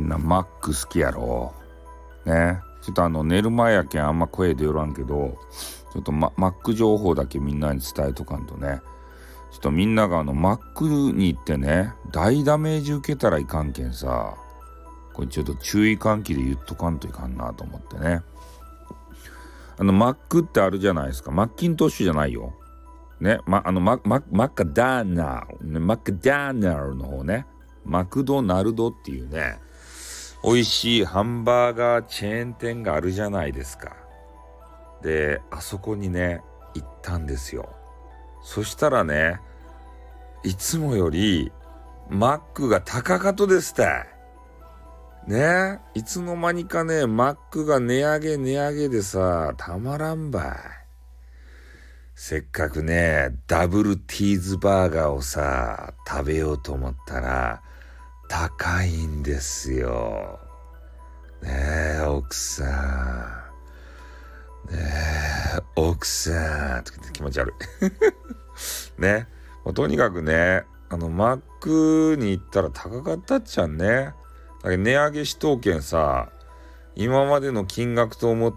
なマック好きやろね。ちょっと寝る前やけんあんま声出よらんけど、ちょっとマック情報だけみんなに伝えとかんとね。ちょっとみんながマックに行ってね、大ダメージ受けたらいかんけんさ、これちょっと注意喚起で言っとかんといかんなと思ってね。マックってあるじゃないですか。マッキントッシュじゃないよね。マカダーナル、マカダーナルの方ね、マクドナルドっていうね、美味しいハンバーガーチェーン店があるじゃないですか。で、あそこにね行ったんですよ。そしたらね、いつもよりマックが高かとですたいね。いつの間にかね、マックが値上げでさ、たまらんばい。せっかくね、ダブルティーズバーガーをさ、食べようと思ったら、高いんですよ。ねえ、奥さん。ねえ、奥さん。とかって気持ち悪い。ね。もうとにかくね、マックに行ったら高かったっちゃんね。だけど値上げしとうけんさ、今までの金額と思って、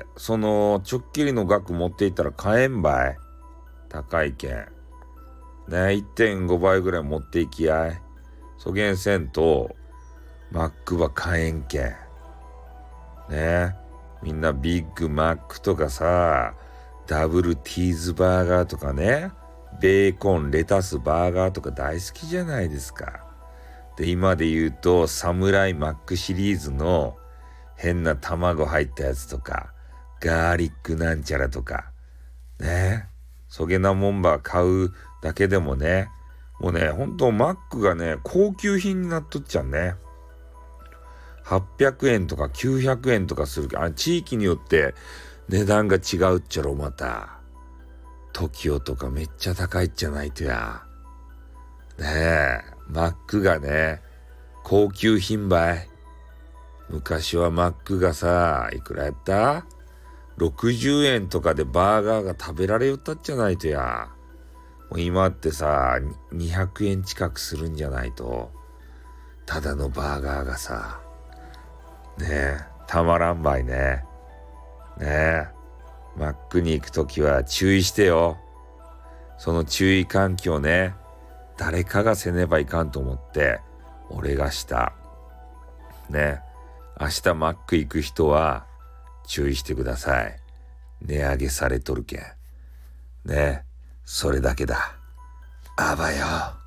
そのちょっきりの額持っていったら買えんばい。高いけん。ね、1.5 倍ぐらい持っていきやい。そげんせんと、マックは買えんけん。ね、みんなビッグマックとかさ、ダブルティーズバーガーとかね、ベーコン、レタスバーガーとか大好きじゃないですか。で、今で言うと、サムライマックシリーズの変な卵入ったやつとか、ガーリックなんちゃらとか、ね。そげなもんば買うだけでもね、もうね、ほんとマックがね、高級品になっとっちゃうね。800円とか900円とかするけど、地域によって値段が違うっちゃろ、また。TOKIOとかめっちゃ高いっちゃないとや。ねえ、マックがね、高級品ばい。昔はマックがさ、いくらやった ?60 円とかでバーガーが食べられよったっちゃないとや。もう今ってさ、200円近くするんじゃないと、ただのバーガーがさ、ねえ、たまらんばいね。ねえ、マックに行くときは注意してよ。その注意喚起をね、誰かがせねばいかんと思って、俺がした。ね、明日マック行く人は注意してください。値上げされとるけん。ね、それだけだ。あばよ。